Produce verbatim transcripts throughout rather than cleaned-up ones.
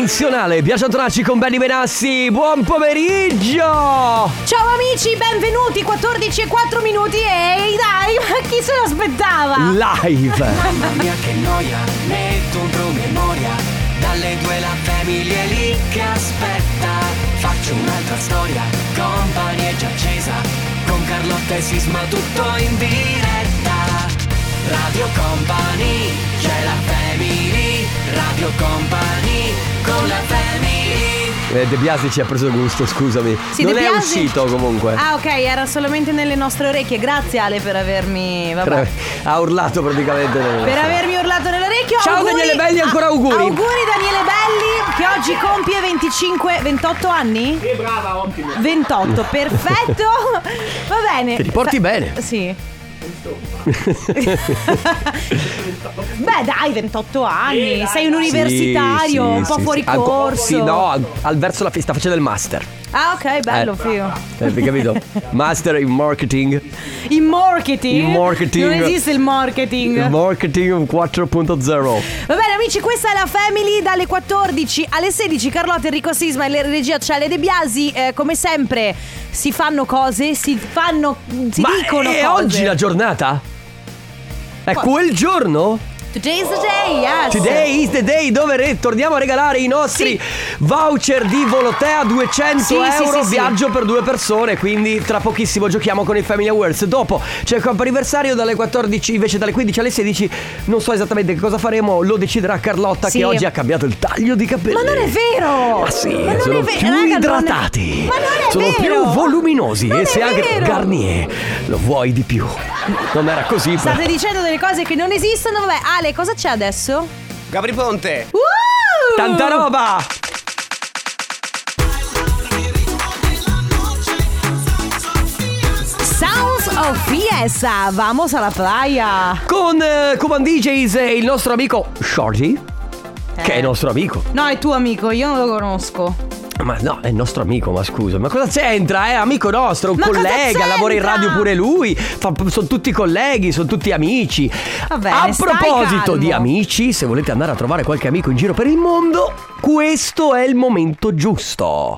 Dimensionale, Biagio Tracci con Benny Benassi. Buon pomeriggio. Ciao amici, benvenuti. quattordici e quattro minuti. Ehi dai, ma chi se lo aspettava? Live. Mamma mia che noia, metto un promemoria. Dalle due la famiglia è lì che aspetta. Faccio un'altra storia, Company è già accesa. Con Carlotta e Sisma tutto in diretta. Radio Company, c'è la family. Radio Company, con la family. eh, De Biasi ci ha preso gusto, scusami. Sì, Non De è Biasi- uscito comunque. Ah ok, era solamente nelle nostre orecchie. Grazie Ale per avermi vabbè. Ha urlato praticamente nelle Per nostre- avermi urlato nell'orecchio. Ciao, Auguri- Daniele Belli, ancora auguri. a- Auguri Daniele Belli, che oggi compie venticinque ventotto anni. Sì, brava, ottimo. ventotto, perfetto. Va bene. Ti riporti Sa- bene. Sì. Beh dai, ventotto anni. Sì, dai, Sei un dai. universitario, Sì, un po' sì, fuori sì. Al- corso. Sì, no, al, al verso la fi- sta facendo il master. Ah ok, bello, Eh. figo. Hai capito? Master in marketing. In marketing. In marketing. Non esiste il marketing. Il marketing quattro punto zero. Va bene amici, questa è la Family dalle quattordici alle sedici. Carlotta, Enrico Sisma e la regia Ciale De Biasi. eh, Come sempre si fanno cose, si fanno, si Ma dicono è cose. oggi la giornata? È quel giorno? Today is the day, yes. Today is the day dove re- torniamo a regalare i nostri voucher di Volotea, duecento Sì, sì, euro, sì, sì. viaggio per due persone. Quindi tra pochissimo giochiamo con i Family Awards. Dopo c'è il comp'anniversario dalle quattordici, invece dalle quindici alle sedici. Non so esattamente che cosa faremo, lo deciderà Carlotta, Sì. che oggi ha cambiato il taglio di capelli. Ma non è vero. Ma sì, Ma non sono è ve- più raga, non è- idratati. Ma non è sono vero. più voluminosi. Non e è se anche vero. Garnier lo vuoi di più. Non era così. State dicendo delle cose che non esistono. Vabbè, Ale, cosa c'è adesso? Gabri Ponte. Uh! Tanta roba. Sounds of Fiesta. Vamos a la playa. Con eh, Cuban D Js e il nostro amico Shorty, che è il nostro amico. No, è tuo amico, io non lo conosco. Ma no, è il nostro amico, ma scusa, ma cosa c'entra? È amico nostro, un Ma cosa collega, lavora in c'entra? radio pure lui. Fa- sono tutti colleghi, sono tutti amici. Va bene, A stai proposito calmo. di amici, se volete andare a trovare qualche amico in giro per il mondo, questo è il momento giusto.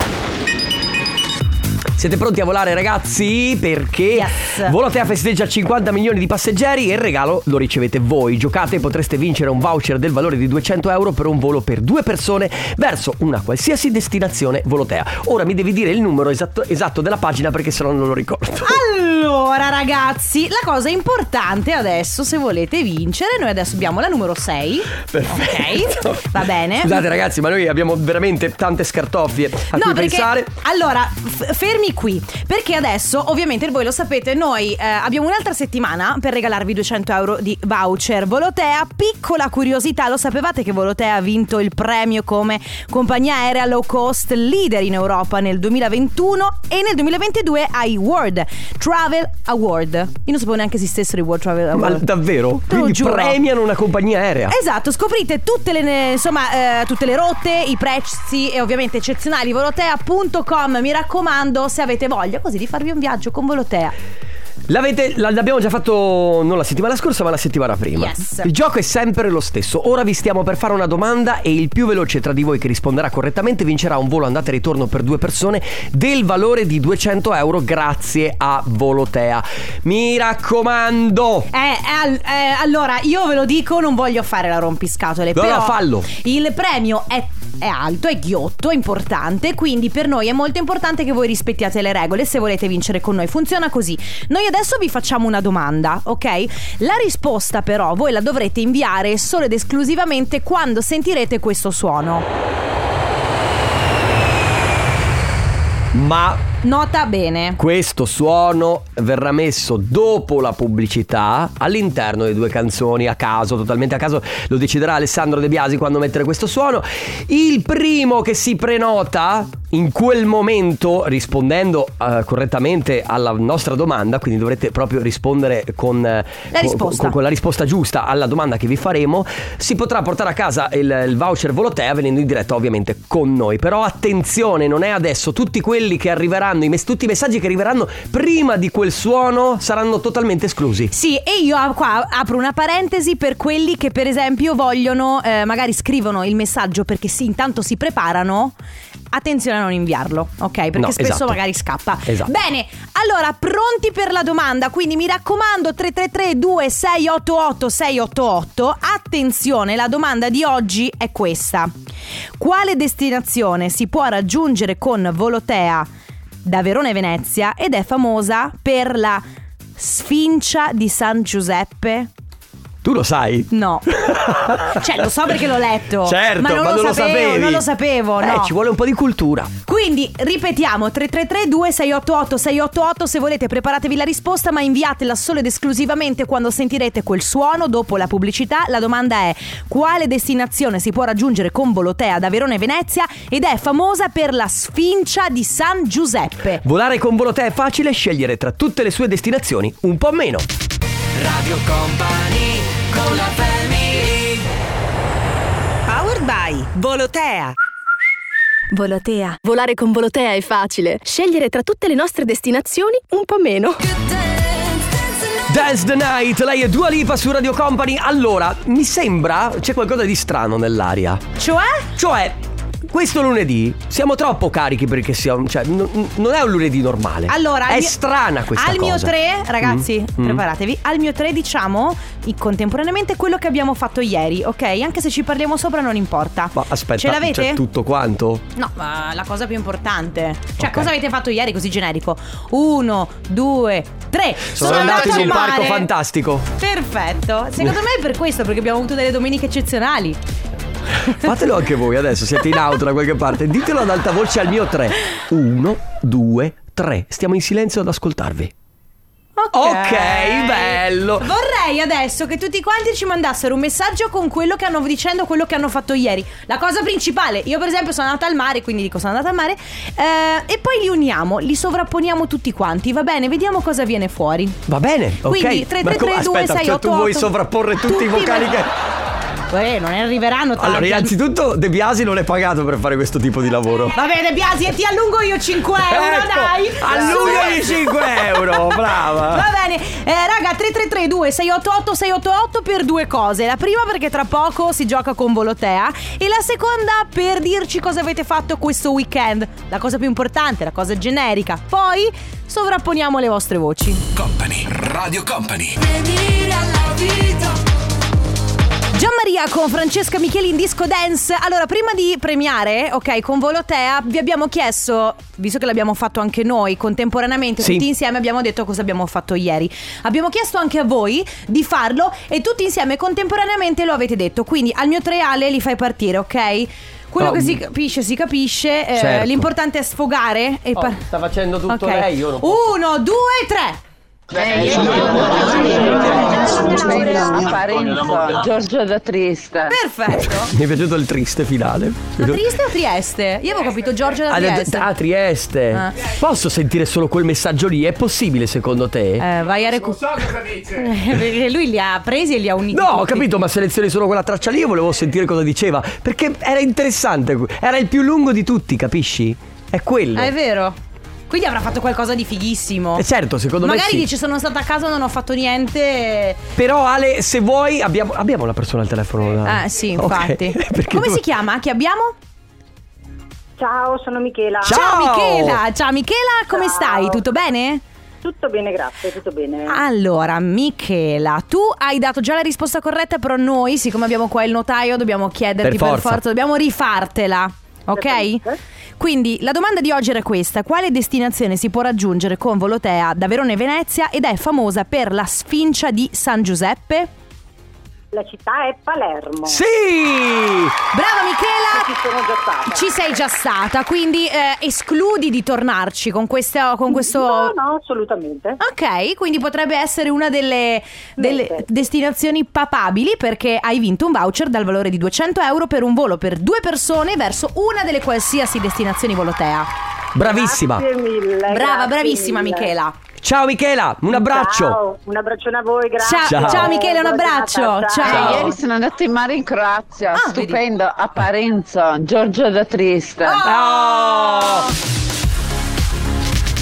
Siete pronti a volare, ragazzi? Perché Yes. Volotea festeggia cinquanta milioni di passeggeri e il regalo lo ricevete voi. Giocate e potreste vincere un voucher del valore di duecento euro per un volo per due persone verso una qualsiasi destinazione Volotea. Ora mi devi dire il numero esatto, esatto della pagina, perché sennò non lo ricordo. Allora ragazzi, la cosa importante adesso, se volete vincere, noi adesso abbiamo la numero sei. Perfetto. Ok, va bene. Scusate ragazzi, ma noi abbiamo veramente tante scartoffie a No, cui perché pensare. allora f- fermi qui, perché adesso ovviamente voi lo sapete, noi eh, abbiamo un'altra settimana per regalarvi duecento euro di voucher Volotea. Piccola curiosità, lo sapevate che Volotea ha vinto il premio come compagnia aerea low cost leader in Europa nel duemilaventuno e nel duemilaventidue ai World Travel Award. Io non sapevo neanche esistessero i World Travel Ma Award. davvero? Te lo Quindi giuro. premiano una compagnia aerea. Esatto, scoprite tutte le ne- insomma eh, tutte le rotte, i prezzi e ovviamente eccezionali volotea punto com. Mi raccomando, se avete voglia così di farvi un viaggio con Volotea. L'avete, l'abbiamo già fatto non la settimana scorsa, ma la settimana prima. Yes. Il gioco è sempre lo stesso. Ora vi stiamo per fare una domanda e il più veloce tra di voi che risponderà correttamente vincerà un volo andata e ritorno per due persone del valore di duecento euro grazie a Volotea. Mi raccomando. Eh, al- eh, allora io ve lo dico, non voglio fare la rompiscatole, No, però no, fallo. il premio è, è alto, è ghiotto, è importante, quindi per noi è molto importante che voi rispettiate le regole se volete vincere con noi. Funziona così: noi adesso vi facciamo una domanda, ok? La risposta però voi la dovrete inviare solo ed esclusivamente quando sentirete questo suono. Ma Nota bene. questo suono verrà messo dopo la pubblicità all'interno di due canzoni, a caso, totalmente a caso. Lo deciderà Alessandro De Biasi quando mettere questo suono. Il primo che si prenota in quel momento, rispondendo uh, correttamente alla nostra domanda, quindi dovrete proprio rispondere con, La risposta. con, con la risposta giusta alla domanda che vi faremo, si potrà portare a casa il, il voucher Volotea venendo in diretta ovviamente con noi. Però attenzione, non è adesso. Tutti quelli che arriveranno arriveranno, i mes- tutti i messaggi che arriveranno prima di quel suono saranno totalmente esclusi. Sì, e io qua apro una parentesi per quelli che per esempio vogliono, eh, magari scrivono il messaggio perché sì, intanto si preparano. Attenzione a non inviarlo, ok? Perché No, spesso esatto. magari scappa. Esatto. Bene, allora pronti per la domanda? Quindi mi raccomando, tre tre tre due sei otto otto sei otto otto. Attenzione, la domanda di oggi è questa: quale destinazione si può raggiungere con Volotea da Verona e Venezia ed è famosa per la Sfincia di San Giuseppe? Tu lo sai? No. Cioè lo so perché l'ho letto. Certo, ma non, ma lo, non lo sapevo, sapevi. Non lo sapevo, Eh, no. ci vuole un po' di cultura. Quindi ripetiamo, tre tre tre due sei otto otto sei otto otto. Se volete preparatevi la risposta, ma inviatela solo ed esclusivamente quando sentirete quel suono dopo la pubblicità. La domanda è: quale destinazione si può raggiungere con Volotea da Verona e Venezia ed è famosa per la Sfincia di San Giuseppe? Volare con Volotea è facile, scegliere tra tutte le sue destinazioni un po' meno. Radio Company con la family. Powered by Volotea. Volotea. Volare con Volotea è facile. Scegliere tra tutte le nostre destinazioni un po' meno. Dance the Night, lei è Dua Lipa su Radio Company. Allora, mi sembra c'è qualcosa di strano nell'aria. Cioè? Cioè, questo lunedì siamo troppo carichi perché siamo, cioè, n- non è un lunedì normale. Allora, è al mio- strana questa al cosa. mio tre, ragazzi, Mm, mm. preparatevi. Al mio tre diciamo i- contemporaneamente quello che abbiamo fatto ieri, ok? Anche se ci parliamo sopra non importa. Ma aspetta, ce l'avete? c'è tutto quanto? No, ma la cosa più importante. Cioè, Ok. cosa avete fatto ieri così generico? Uno, due, tre. Sono, andato in al un parco mare. fantastico. Perfetto. Secondo me è per questo, perché abbiamo avuto delle domeniche eccezionali. Fatelo anche voi adesso, siete in auto da qualche parte. Ditelo ad alta voce al mio tre. Uno, due, tre. Stiamo in silenzio ad ascoltarvi. Ok, bello. Vorrei adesso che tutti quanti ci mandassero un messaggio con quello che hanno dicendo quello che hanno fatto ieri. La cosa principale, io per esempio sono andata al mare, quindi dico sono andata al mare, eh, e poi li uniamo, li sovrapponiamo tutti quanti, va bene? Vediamo cosa viene fuori. Va bene, ok. Quindi tre Ma tre come- tre due aspetta, sei cioè, otto tu vuoi otto. sovrapporre tutti i vocali che... Eh, non ne arriveranno tanti. Allora, innanzitutto De Biasi non è pagato per fare questo tipo di lavoro. Va bene, Biasi, e ti allungo io cinque euro, Ecco, dai. allungami Su. cinque euro, brava. Va bene, eh, raga, tre tre tre due sei otto otto sei otto otto per due cose. La prima perché tra poco si gioca con Volotea, e la seconda per dirci cosa avete fatto questo weekend. La cosa più importante, la cosa generica. Poi sovrapponiamo le vostre voci. Company, Radio Company. Gianmaria con Francesca Micheli in Disco Dance. Allora, prima di premiare, ok, con Volotea vi abbiamo chiesto, visto che l'abbiamo fatto anche noi contemporaneamente, Sì. tutti insieme abbiamo detto cosa abbiamo fatto ieri. Abbiamo chiesto anche a voi di farlo e tutti insieme contemporaneamente lo avete detto. Quindi al mio tre, Ale, li fai partire, ok? Quello Oh. che si capisce si capisce, eh, Certo. L'importante è sfogare e Oh, par- sta facendo tutto Ok. lei, io non posso. Uno, due, tre. Apparenza, Giorgio da Triste. Perfetto. Mi è piaciuto il triste finale. Ma Triste o Trieste? Io avevo capito Giorgio da Ah, da- Trieste. ah, Trieste. Ah. Posso sentire solo quel messaggio lì? È possibile secondo te? Eh, vai a recuperare. So cosa dice. Perché lui li ha presi e li ha uniti. No, ho tutti. capito, ma selezioni solo quella traccia lì. Io volevo sentire cosa diceva. Perché era interessante. Era il più lungo di tutti, capisci? È quello. Ah, è vero. Quindi avrà fatto qualcosa di fighissimo. Eh, certo, secondo Magari me sì. dice sono stata a casa, non ho fatto niente. Però Ale, se vuoi abbiamo, abbiamo una persona al telefono. Ah, sì, Ok, infatti. perché Come tu- si chiama? Chi abbiamo? Ciao, sono Michela. Ciao! Michela. Ciao Michela, come Ciao. stai? Tutto bene? Tutto bene, grazie, tutto bene. Allora, Michela, tu hai dato già la risposta corretta, però noi, siccome abbiamo qua il notaio, dobbiamo chiederti Per per forza. forza, dobbiamo rifartela. Ok? Certamente. Quindi la domanda di oggi era questa: quale destinazione si può raggiungere con Volotea da Verona e Venezia ed è famosa per la Sfincia di San Giuseppe? La città è Palermo. Sì! Brava Michela! Ci sono già stata. Ci sei già stata, quindi eh, escludi di tornarci con, questa, con questo... No, no, assolutamente. Ok, quindi potrebbe essere una delle, delle Niente. destinazioni papabili, perché hai vinto un voucher dal valore di duecento euro per un volo per due persone verso una delle qualsiasi destinazioni Volotea. Bravissima. Grazie mille. Brava, grazie bravissima mille. Michela. Ciao Michela, un abbraccio. Ciao, un abbraccione a voi, grazie. Ciao, Ciao. ciao Michela, un Buona abbraccio. giornata, Ciao. Eh, ieri sono andata in mare in Croazia, Ah, stupendo, Apparenza, Giorgio da Triste. Oh!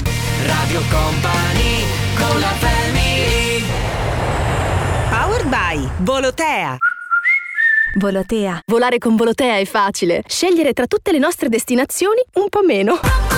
Radio Company con la family. Powered by Volotea. Volotea. Volare con Volotea è facile. Scegliere tra tutte le nostre destinazioni un po' meno.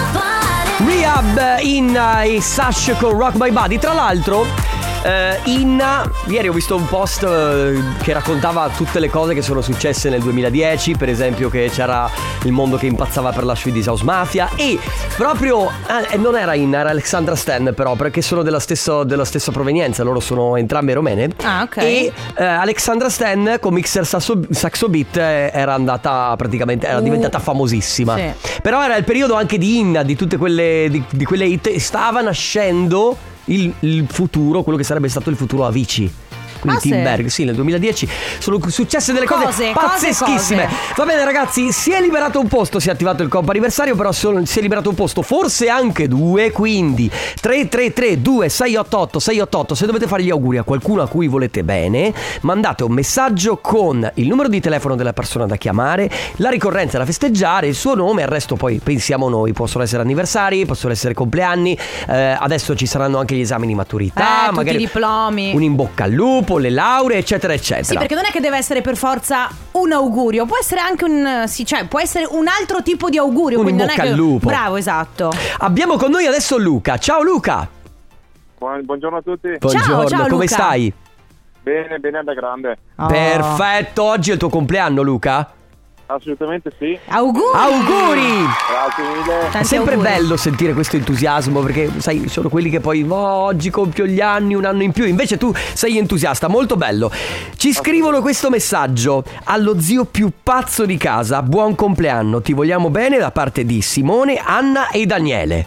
Rehab, Inna e Sash con Rock My Body. Tra l'altro Uh, Inna, ieri ho visto un post uh, che raccontava tutte le cose che sono successe nel duemiladieci. Per esempio che c'era il mondo che impazzava per la Swedish House Mafia. E proprio eh, non era Inna, era Alexandra Stan, però, perché sono della stessa, della stessa provenienza. Loro sono entrambe romene. Ah, ok. E uh, Alexandra Stan con Mixer Saxo, Saxo Beat eh, era andata praticamente, era uh, diventata famosissima, sì. Però era il periodo anche di Inna, di tutte quelle, di, di quelle hit. E stava nascendo Il, il futuro, quello che sarebbe stato il futuro Avicii. Quindi ah, Tim sì. Berg, sì, nel duemiladieci sono successe delle cose, cose pazzeschissime. cose, cose. Va bene ragazzi, si è liberato un posto, si è attivato il comp anniversario, però solo, si è liberato un posto, forse anche due, quindi tre tre tre due sei otto otto sei otto otto. Se dovete fare gli auguri a qualcuno a cui volete bene, mandate un messaggio con il numero di telefono della persona da chiamare, la ricorrenza da festeggiare, il suo nome, il resto poi pensiamo noi. Possono essere anniversari, possono essere compleanni, eh, adesso ci saranno anche gli esami di maturità, eh, magari tutti i diplomi, un in bocca al lupo, le lauree, eccetera eccetera. Sì, perché non è che deve essere per forza un augurio, può essere anche un sì, cioè può essere un altro tipo di augurio, un in quindi bocca non è al che... lupo. Bravo, esatto. Abbiamo con noi adesso Luca. Ciao Luca. Buongiorno a tutti. Buongiorno, ciao, come Luca. stai? Bene, bene alla grande. Oh. Perfetto, oggi è il tuo compleanno, Luca? Assolutamente sì. Auguri. Auguri. Grazie mille. È Tanti sempre auguri. bello sentire questo entusiasmo, perché sai, sono quelli che poi oh, oggi compio gli anni, un anno in più. Invece tu sei entusiasta, molto bello. Ci scrivono questo messaggio: allo zio più pazzo di casa, buon compleanno, ti vogliamo bene, da parte di Simone, Anna e Daniele.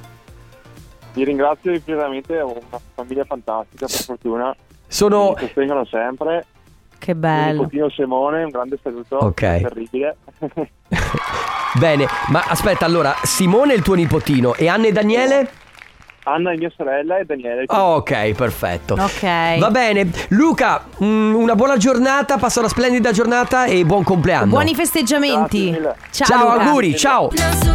Vi ringrazio infinitamente, ho una famiglia fantastica, per fortuna. Sono... Mi sostengono sempre. Che bello. Il nipotino Simone, un grande saluto. Ok. Terribile. Bene, ma aspetta, allora, Simone è il tuo nipotino e Anna e Daniele? Anna è mia sorella e Daniele. Oh, ok, perfetto. Ok. Va bene, Luca, mh, una buona giornata, passa una splendida giornata e buon compleanno. Buoni festeggiamenti. Grazie mille. Ciao, Ciao, Luca. auguri, ciao.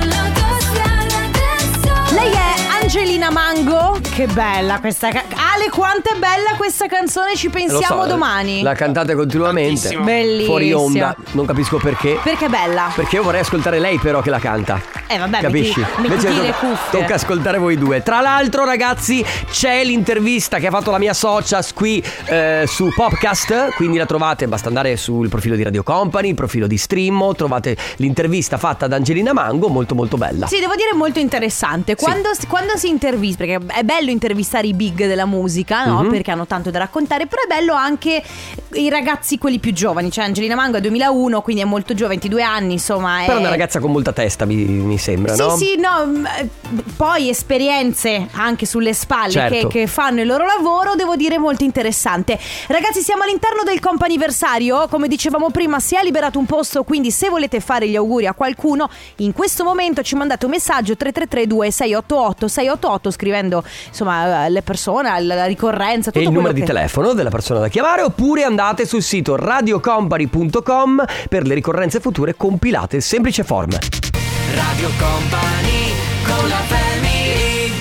Lei è Angelina Mango. Che bella questa ca- Ale, quanto è bella questa canzone, ci pensiamo Lo so, domani. La cantate continuamente. Bellissima. Fuori onda, non capisco perché. Perché è bella. Perché io vorrei ascoltare lei però che la canta. Eh vabbè, Capisci? metti, mettiti Invece le tocca, cuffie. tocca ascoltare voi due. Tra l'altro ragazzi, c'è l'intervista che ha fatto la mia socia qui eh, su Popcast. Quindi la trovate, basta andare sul profilo di Radio Company, il profilo di Streammo. Trovate l'intervista fatta da Angelina Mango, molto molto bella. Sì, devo dire molto interessante. Quando, sì. quando si intervista, perché è bello intervistare i big della musica, no? Mm-hmm. Perché hanno tanto da raccontare. Però è bello anche i ragazzi, quelli più giovani. Cioè Angelina Mango è duemilauno, quindi è molto giovane, ventidue anni, insomma. È... Però è una ragazza con molta testa, mi, mi sembra, sì, no? Sì, no, poi esperienze anche sulle spalle, certo. che, che fanno il loro lavoro, devo dire molto interessante. Ragazzi, siamo all'interno del comp'anniversario. Come dicevamo prima, si è liberato un posto, quindi se volete fare gli auguri a qualcuno in questo momento ci mandate un messaggio tre tre tre due sei otto otto sei otto otto scrivendo insomma le persone, la ricorrenza, tutto e il numero che... di telefono della persona da chiamare, oppure andate sul sito radio company punto com per le ricorrenze future compilate in semplice form. Radio Company con la family.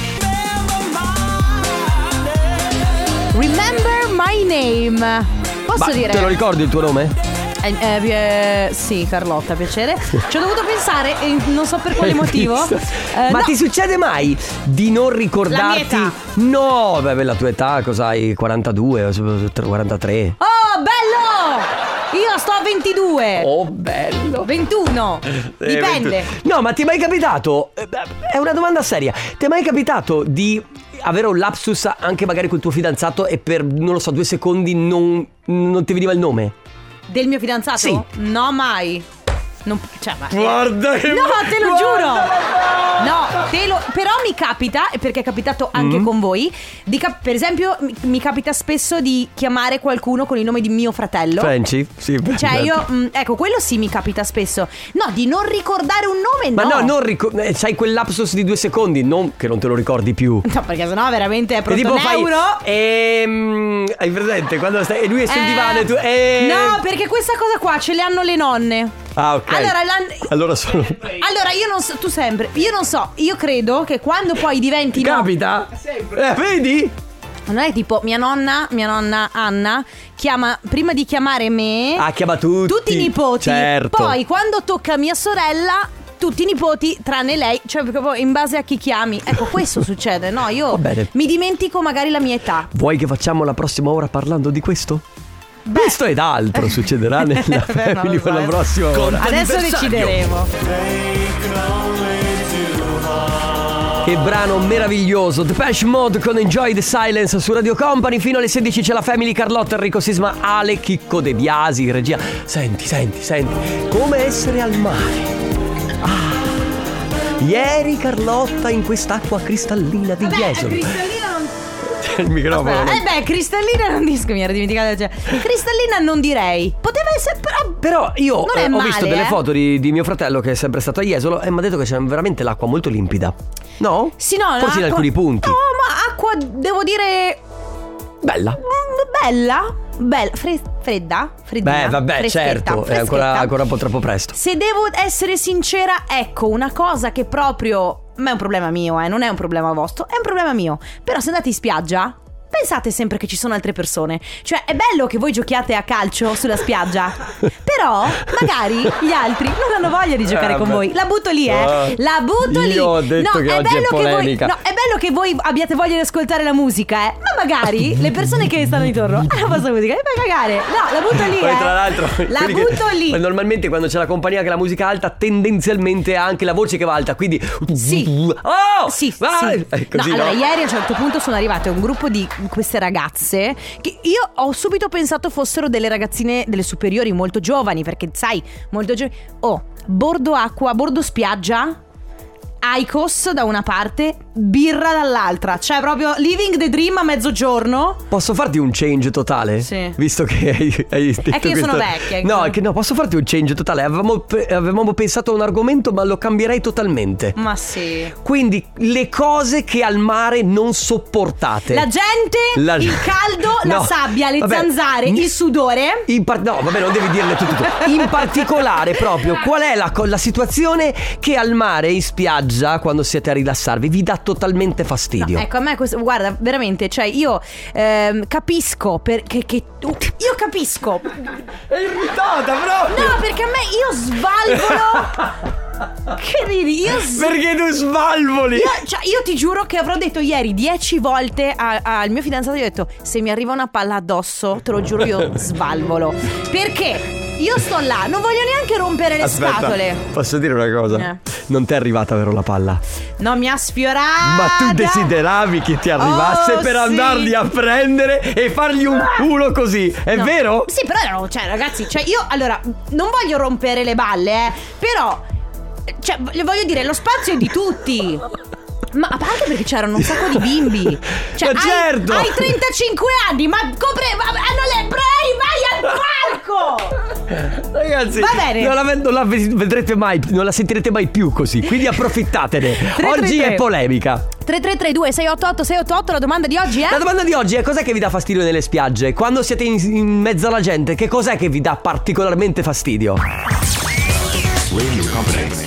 Remember my name. Posso Ma dire? te lo ricordi il tuo nome? Eh, eh, eh, sì, Carlotta, piacere. Ci ho dovuto pensare, eh, non so per quale motivo. Eh, Ma no. ti succede mai di non ricordarti? La mia età. No, beh, la tua età cos'hai? quarantadue, quarantatré? Oh, bello! Io sto a ventidue. Oh, bello. ventuno. Dipende. No, ma ti è mai capitato? eh, È una domanda seria. Ti è mai capitato di avere un lapsus anche magari col tuo fidanzato e per, non lo so, due secondi non, non ti veniva il nome? Del mio fidanzato? Sì. No, mai. Non, cioè, ma... Guarda che... No, te lo giuro. No, te lo... però mi capita, perché è capitato anche Mm. con voi, di cap- per esempio mi, mi capita spesso di chiamare qualcuno con il nome di mio fratello. Franci? Sì. Cioè io, mh, ecco, quello sì mi capita spesso. No, di non ricordare un nome, Ma no. no, non ricordi. eh, C'hai quel lapsus di due secondi, non che non te lo ricordi più. No, perché sennò veramente è E pronto tipo un fai euro. ehm, hai presente quando stai e lui è sul Eh, divano e tu eh... No, perché questa cosa qua ce le hanno le nonne. Ah, ok. Allora, la- allora sono allora io non so, tu sempre, io non so, io credo che quando poi diventi Capita? Eh, vedi? non è tipo mia nonna, mia nonna Anna chiama, prima di chiamare me, Ah, chiama tutti. tutti i nipoti. Certo. Poi quando tocca mia sorella, tutti i nipoti tranne lei, cioè proprio in base a chi chiami. Ecco, questo succede, no? Io Va bene. mi dimentico magari la mia età. Vuoi che facciamo la prossima ora parlando di questo? Questo ed altro succederà nella Beh, non Family lo so. per la prossima ora. Adesso decideremo. Che brano meraviglioso, Depeche Mode con Enjoy the Silence su Radio Company. Fino alle sedici c'è la Family, Carlotta, Enrico Sisma, Ale, Chicco De Biasi, regia. Senti, senti, senti, come essere al mare. Ah, ieri Carlotta in quest'acqua cristallina di Jesolo. Cristallina non... Il microfono. Aspetta, eh beh, cristallina non disco, mi ero dimenticata. Cioè, cristallina non direi. Poteva essere però. Però io non è eh, ho male, visto delle eh. foto di, di mio fratello che è sempre stato a Jesolo e mi ha detto che c'è veramente l'acqua molto limpida. No? Sì, no, Forse in l'acqua- alcuni punti. No, ma acqua devo dire Bella. mm, bella. Bella, Fre- fredda? Freddina? Beh, vabbè, Freschetta, certo, è freschetta. ancora, ancora un po' troppo presto. Se devo essere sincera, ecco, una cosa che proprio, ma è un problema mio, eh, non è un problema vostro, è un problema mio. Però se andate in spiaggia, pensate sempre che ci sono altre persone. Cioè, è bello che voi giochiate a calcio sulla spiaggia, però magari gli altri non hanno voglia di giocare Eh, con beh. voi. La butto lì, eh. Ah, La butto lì. io ho detto no, che è oggi è bello che voi, polemica. no, è bello che voi abbiate voglia di ascoltare la musica, eh. Ma magari le persone che stanno intorno alla vostra musica, mi fai cagare. No, la butto lì, Poi eh. tra l'altro La quelli butto che, lì. ma normalmente quando c'è la compagnia che ha la musica alta, tendenzialmente ha anche la voce che va alta. Quindi Sì. Oh! Sì, vai! sì. È così, no, allora no? ieri a un certo punto sono arrivate un gruppo di queste ragazze che io ho subito pensato fossero delle ragazzine delle superiori molto giovani, perché sai, molto giovani. Oh, bordo acqua, bordo spiaggia, Icos da una parte, birra dall'altra. Cioè proprio living the dream a mezzogiorno. Posso farti un change totale? Sì. Visto che hai, hai detto È che io questo... sono vecchia, No, ecco. è che no, posso farti un change totale. Avevamo, pe- avevamo pensato a un argomento, ma lo cambierei totalmente. Ma sì. Quindi le cose che al mare non sopportate. La gente, La- il caldo, la No, sabbia, le vabbè. zanzare, il sudore. In par- no, vabbè, non devi dirle tutto, tutto. In particolare proprio qual è la, co- la situazione che al mare, in spiaggia, quando siete a rilassarvi, vi dà totalmente fastidio? No, ecco, a me questo, guarda, veramente, cioè io ehm, capisco perché che tu, io capisco. È irritata proprio. No, perché a me io svalvolo. Che ridi? Io s- Perché tu svalvoli? io, cioè, io ti giuro che avrò detto ieri dieci volte a- al mio fidanzato, io ho detto, se mi arriva una palla addosso, te lo giuro, io svalvolo. Perché? Io sto là, non voglio neanche rompere le Aspetta, scatole. posso dire una cosa? Eh. Non ti è arrivata, vero, la palla? Non mi ha sfiorata. Ma tu desideravi che ti arrivasse Oh, per sì. andarli a prendere e fargli un culo così, è No. vero? Sì, però erano, cioè ragazzi, cioè io allora non voglio rompere le balle, eh, però cioè le voglio dire, lo spazio è di tutti. Ma anche perché c'erano un sacco di bimbi. Cioè, Ma hai, certo. hai trentacinque anni, ma copre ma, hanno le brei, vai al parco. Ragazzi, Va bene. non la, non la vedrete mai, non la sentirete mai più così. Quindi approfittatene. tre Oggi tre tre. è polemica. tre tre tre due sei otto otto sei otto otto. La domanda di oggi è: La domanda di oggi è: cos'è che vi dà fastidio nelle spiagge? Quando siete in, in mezzo alla gente, che cos'è che vi dà particolarmente fastidio? Radio Company.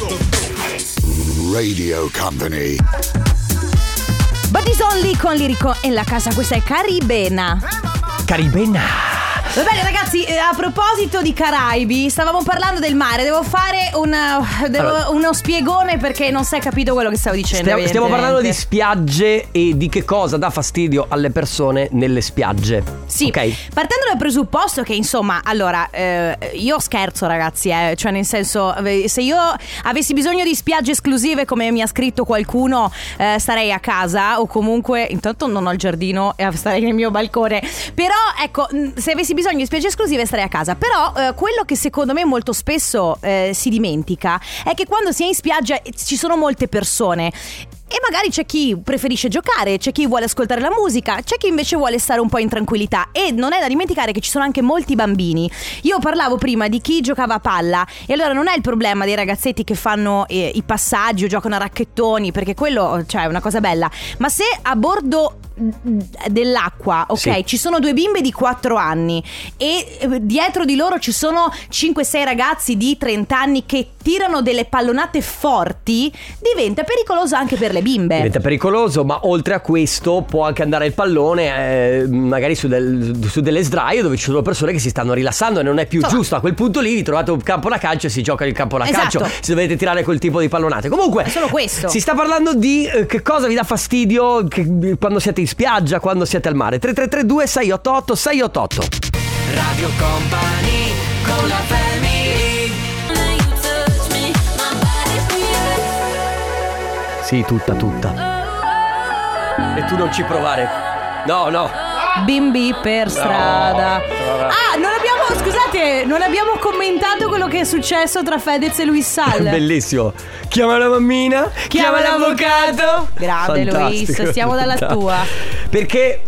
Radio Company. Buddies Only con Lirico in la casa. Questa è Caribena. Caribena. Va bene ragazzi, eh, a proposito di Caraibi, stavamo parlando del mare. Devo fare una, devo- Allora. uno spiegone perché non si è capito quello che stavo dicendo. Stiamo, stiamo parlando di evidentemente. spiagge e di che cosa dà fastidio alle persone nelle spiagge. Sì, Ok. partendo dal presupposto che insomma, allora, eh, io scherzo ragazzi, eh, cioè nel senso, eh, se io avessi bisogno di spiagge esclusive come mi ha scritto qualcuno, eh, starei a casa o comunque, intanto non ho il giardino e starei nel mio balcone, però ecco, mh, se avessi bisogno di spiagge esclusive starei a casa. Però eh, quello che secondo me molto spesso eh, si dimentica è che quando si è in spiaggia eh, ci sono molte persone. E magari c'è chi preferisce giocare, c'è chi vuole ascoltare la musica, c'è chi invece vuole stare un po' in tranquillità. E non è da dimenticare che ci sono anche molti bambini. Io parlavo prima di chi giocava a palla, e allora non è il problema dei ragazzetti che fanno eh, i passaggi o giocano a racchettoni, perché quello, cioè, è una cosa bella. Ma se a bordo dell'acqua, ok? Sì. Ci sono due bimbe di quattro anni e eh, dietro di loro ci sono cinque sei ragazzi di trenta anni che tirano delle pallonate forti, diventa pericoloso anche per le bimbe. Diventa pericoloso, ma oltre a questo può anche andare il pallone eh, magari su, del, su delle sdraie dove ci sono persone che si stanno rilassando e non è più Insomma, giusto. A quel punto lì vi trovate un campo da calcio e si gioca il campo da Esatto. calcio, se dovete tirare quel tipo di pallonate. Comunque È solo questo. si sta parlando di eh, che cosa vi dà fastidio che, quando siete in spiaggia, quando siete al mare. Tre tre tre due sei otto otto sei otto otto. Radio Company con la family. Sì, tutta, tutta. E tu non ci provare. No, no. Bimbi per strada. Ah, non abbiamo, scusate, non abbiamo commentato quello che è successo tra Fedez e Luis Sal. Bellissimo. Chiama la mammina, chiama, Chiama l'avvocato. Grande Fantastico, Luis, stiamo dalla fantastico. tua. Perché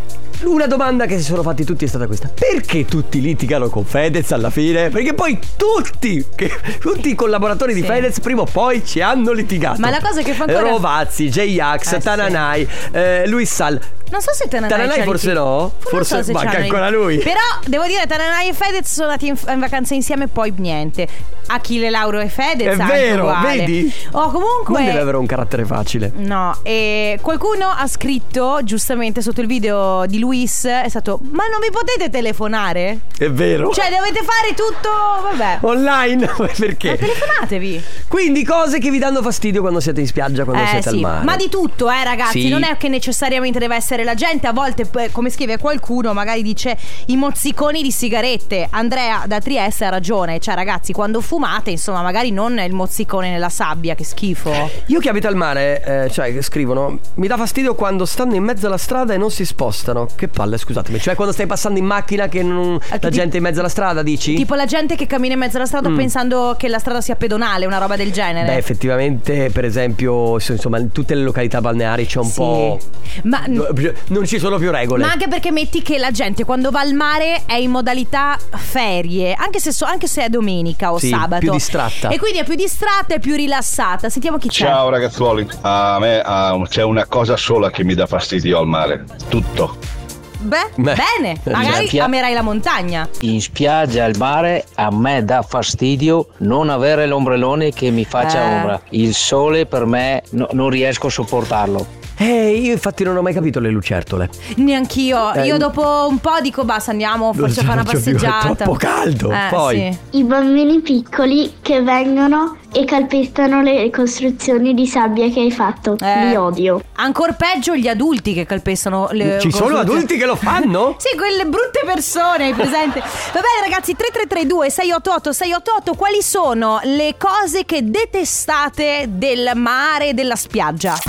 una domanda che si sono fatti tutti è stata questa: perché tutti litigano con Fedez alla fine? Perché poi tutti che, tutti i collaboratori Sì. di Fedez prima o poi ci hanno litigato. Ma la cosa che fa ancora- Rovazzi, J-Ax, Eh, sì. Tananai, eh, Luis Sal. Non so se Tananai Tananai c'ha forse liti- no? Non Forse so se manca c'hanno ancora liti- lui. Però devo dire Tananai e Fedez sono andati in, in vacanza insieme e poi niente. Achille Lauro e Fedez È anche vero, uguale. vedi? Oh, comunque Non deve avere un carattere facile. No, e qualcuno ha scritto giustamente sotto il video di Luis, è stato: ma non vi potete telefonare? È vero. Cioè dovete fare tutto, vabbè. Online. Perché? Ma telefonatevi. Quindi cose che vi danno fastidio quando siete in spiaggia, quando Eh siete sì, al mare. ma di tutto, eh ragazzi. Sì. Non è che necessariamente deve essere la gente. A volte, eh, come scrive qualcuno, magari dice i mozziconi di sigarette. Andrea da Trieste ha ragione. Cioè ragazzi, quando fumate, insomma, magari non il mozzicone nella sabbia, che schifo. Io che abito al mare, eh, cioè che scrivono: mi dà fastidio quando stanno in mezzo alla strada e non si spostano. Che palle, scusatemi. Cioè quando stai passando in macchina che non, la ti- gente è in mezzo alla strada, dici? Tipo la gente che cammina in mezzo alla strada Mm. pensando che la strada sia pedonale, una roba del genere. Beh, effettivamente, per esempio, so- insomma, in tutte le località balneari c'è un Sì. po'. Ma Non ci sono più regole. Ma anche perché metti che la gente quando va al mare è in modalità ferie, anche se, so- anche se è domenica o Sì, sabato. più distratta. E quindi è più distratta e più rilassata. Sentiamo chi c'è. Ciao ragazzuoli, a me ah, c'è una cosa sola che mi dà fastidio al mare, tutto. Beh, Beh. bene, magari Esempio. amerai la montagna. In spiaggia al mare a me dà fastidio non avere l'ombrellone che mi faccia Eh. ombra. Il sole per me no- non riesco a sopportarlo. Eh, io infatti non ho mai capito le lucertole. Neanch'io. Eh, Io dopo un po' dico basta, andiamo forse a fare una Non c'è più, è passeggiata. troppo caldo. Eh, Poi sì. I bambini piccoli che vengono e calpestano le costruzioni di sabbia che hai fatto. Eh. Li odio. Ancor peggio gli adulti che calpestano le ci sono costruzioni. adulti che lo fanno? Sì, quelle brutte persone, hai presente? Va bene ragazzi, tre tre tre due sei otto otto sei otto otto, quali sono le cose che detestate del mare e della spiaggia?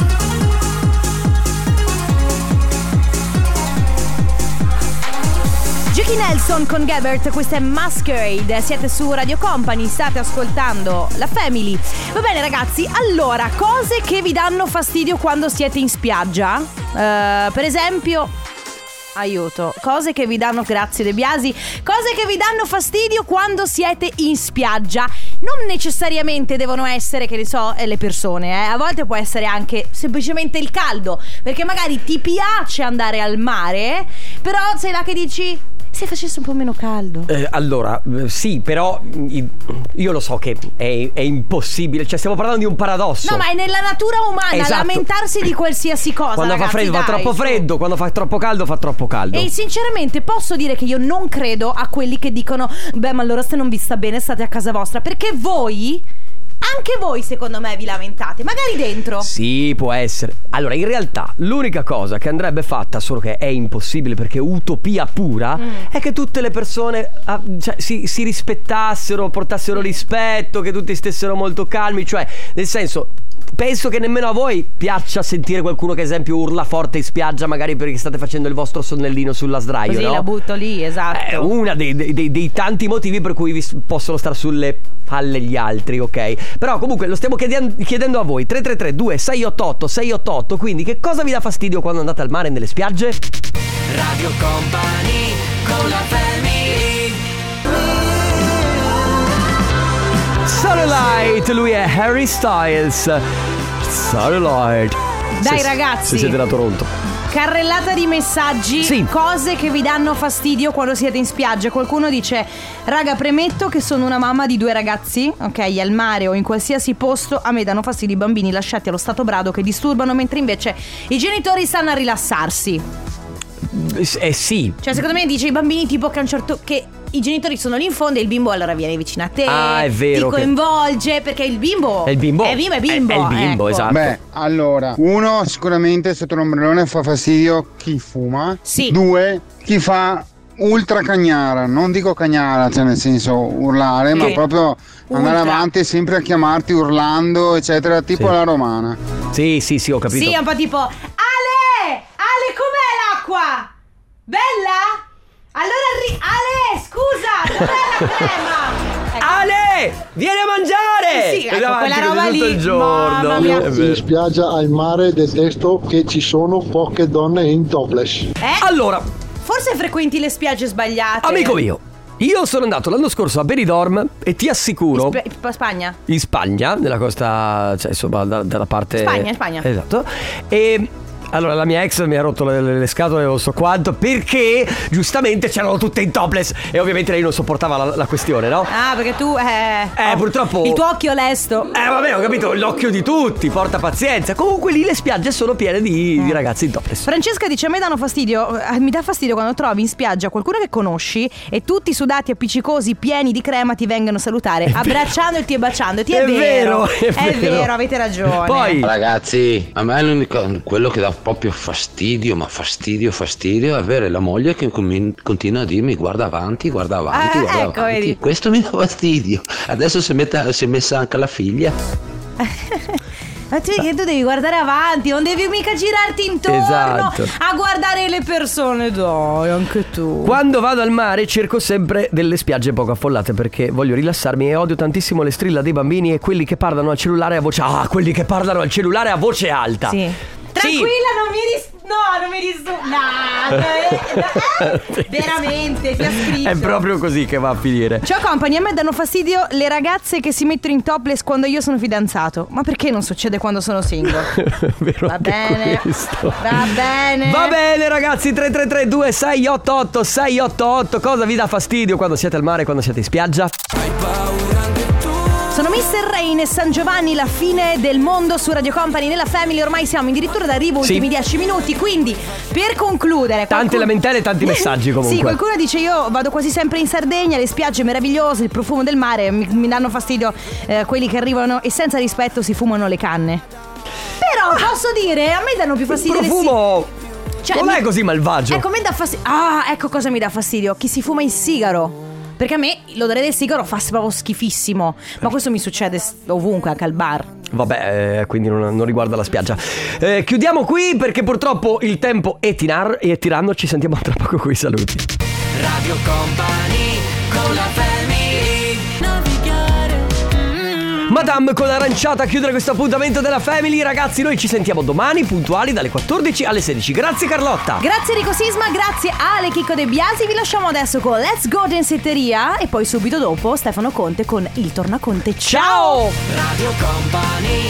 Jackie Nelson con Gabbert, questa è Masquerade, siete su Radio Company, state ascoltando la Family. Va bene ragazzi, allora, cose che vi danno fastidio quando siete in spiaggia? Eh, per esempio, aiuto, cose che vi danno, grazie De Biasi, cose che vi danno fastidio quando siete in spiaggia. Non necessariamente devono essere, che ne so, eh, le persone, eh. A volte può essere anche semplicemente il caldo, perché magari ti piace andare al mare, però sei là che dici: se facesse un po' meno caldo. Eh, allora, eh, sì, però i- io lo so che è, è impossibile. Cioè, stiamo parlando di un paradosso. No, ma è nella natura umana Esatto. lamentarsi di qualsiasi cosa. Quando ragazzi, fa freddo dai, fa troppo su. freddo, quando fa troppo caldo fa troppo caldo. E sinceramente posso dire che io non credo a quelli che dicono: beh, ma allora se non vi sta bene state a casa vostra. Perché voi, anche voi secondo me vi lamentate, magari dentro. Sì, può essere. Allora, in realtà, l'unica cosa che andrebbe fatta, solo che è impossibile perché è utopia pura, Mm. è che tutte le persone ah, cioè, si, si rispettassero, portassero rispetto, che tutti stessero molto calmi. Cioè, nel senso, penso che nemmeno a voi piaccia sentire qualcuno che, ad esempio, urla forte in spiaggia, magari perché state facendo il vostro sonnellino sulla sdraio, Così no? la butto lì, esatto. È uno dei, dei- dei- dei tanti motivi per cui vi s- possono stare sulle palle gli altri, ok? Però comunque lo stiamo chieden- chiedendo a voi. Tre tre tre due sei otto otto sei otto otto. Quindi che cosa vi dà fastidio quando andate al mare, nelle spiagge? Radio Company con la family. Satellite, lui è Harry Styles. Satellite. Dai, Se- ragazzi. Se siete da Toronto. Carrellata di messaggi, sì. Cose che vi danno fastidio quando siete in spiaggia. Qualcuno dice: raga, premetto che sono una mamma di due ragazzi, ok, al mare o in qualsiasi posto. A me danno fastidio i bambini lasciati allo stato brado che disturbano, mentre invece i genitori stanno a rilassarsi. Eh sì. Cioè secondo me dice i bambini tipo che a un certo che i genitori sono lì in fondo e il bimbo allora viene vicino a te. Ah, è vero. Ti coinvolge che... perché il bimbo è il bimbo. È bimbo, è bimbo. È, è il bimbo, ecco. Esatto. Beh, allora, uno sicuramente sotto l'ombrellone fa fastidio chi fuma. Sì. Due, chi fa ultra cagnara. Non dico cagnara, cioè nel senso urlare, che? Ma proprio andare ultra. Avanti sempre a chiamarti urlando, eccetera, tipo sì. la romana. Sì, sì, sì, ho capito. Sì, è un po' tipo Ale! Ale, com'è l'acqua? Bella? Allora ri- Ale, scusa, dov'è la crema? Ecco. Ale, vieni a mangiare! Sì, ecco, quella roba tutto lì, il giorno. Io in spiaggia al mare detesto che ci sono poche donne in topless. Eh? Allora, forse frequenti le spiagge sbagliate. amico mio, io sono andato l'anno scorso a Benidorm e ti assicuro in Sp- Spagna? In Spagna, nella costa, cioè insomma da, dalla parte Spagna, Spagna. Esatto. E allora la mia ex mi ha rotto le, le scatole non so quanto, perché giustamente c'erano tutte in topless e ovviamente lei non sopportava la, la questione, no? Ah, perché tu eh, Eh purtroppo il tuo occhio lesto. Eh vabbè, ho capito, l'occhio di tutti, porta pazienza. Comunque lì le spiagge sono piene di, eh. di ragazzi in topless. Francesca dice: a me danno fastidio, eh, mi dà fastidio quando trovi in spiaggia qualcuno che conosci e tutti sudati, appiccicosi, pieni di crema ti vengono a salutare, è abbracciandoti e baciandoti. È, è vero, vero, è, è vero. vero, avete ragione. Poi ragazzi, a me l'unico, quello che dà proprio fastidio, ma fastidio, fastidio, è avere la moglie che com- continua a dirmi guarda avanti, guarda avanti, ah, guarda ecco, avanti. Vedi. Questo mi dà fastidio. Adesso si, mette, si è messa anche la figlia. Ma tu, che tu devi guardare avanti, non devi mica girarti intorno esatto. a guardare le persone. Dai, anche tu. Quando vado al mare cerco sempre delle spiagge poco affollate perché voglio rilassarmi e odio tantissimo le strilla dei bambini e quelli che parlano al cellulare a voce ah, quelli che parlano al cellulare a voce alta. Sì. Tranquilla, sì. non mi dis- No, non mi disturba. No, eh, veramente, ti ha scritto. È proprio così che va a finire. Ciao company, a me danno fastidio le ragazze che si mettono in topless quando io sono fidanzato. Ma perché non succede quando sono single? Vero, va bene questo. Va bene Va bene ragazzi, tre tre tre due sei otto otto sei otto otto. Cosa vi dà fastidio quando siete al mare, quando siete in spiaggia? Hai paura anche tu. Sono mister Rain e San Giovanni, la fine del mondo su Radio Company nella Family. Ormai siamo addirittura d'arrivo, sì. ultimi dieci minuti. Quindi per concludere Tante qualcuno... lamentele e tanti messaggi comunque. Sì, qualcuno dice io vado quasi sempre in Sardegna, le spiagge meravigliose, il profumo del mare. Mi, mi danno fastidio eh, quelli che arrivano e senza rispetto si fumano le canne. Però ah, posso dire, a me danno più fastidio il profumo le si... cioè, non mi... è così malvagio. Ecco, mi dà fastidio. Ah, ecco cosa mi dà fastidio. Chi si fuma il sigaro. Perché a me l'odore del sigaro fa proprio schifissimo. Ma questo mi succede ovunque, anche al bar. Vabbè, eh, quindi non, non riguarda la spiaggia. eh, Chiudiamo qui perché purtroppo il tempo è, tirar- è tiranno. Ci sentiamo tra poco con i saluti. Radio Company con la Family. Navigare. Mm. Madame con l'aranciata a chiudere questo appuntamento della Family. Ragazzi, noi ci sentiamo domani puntuali dalle quattordici alle sedici. Grazie Carlotta. Grazie Rico Sisma, grazie Ale Chicco De Biasi. Vi lasciamo adesso con Let's Go Densetteria e poi subito dopo Stefano Conte con Il Tornaconte. Ciao! Radio Company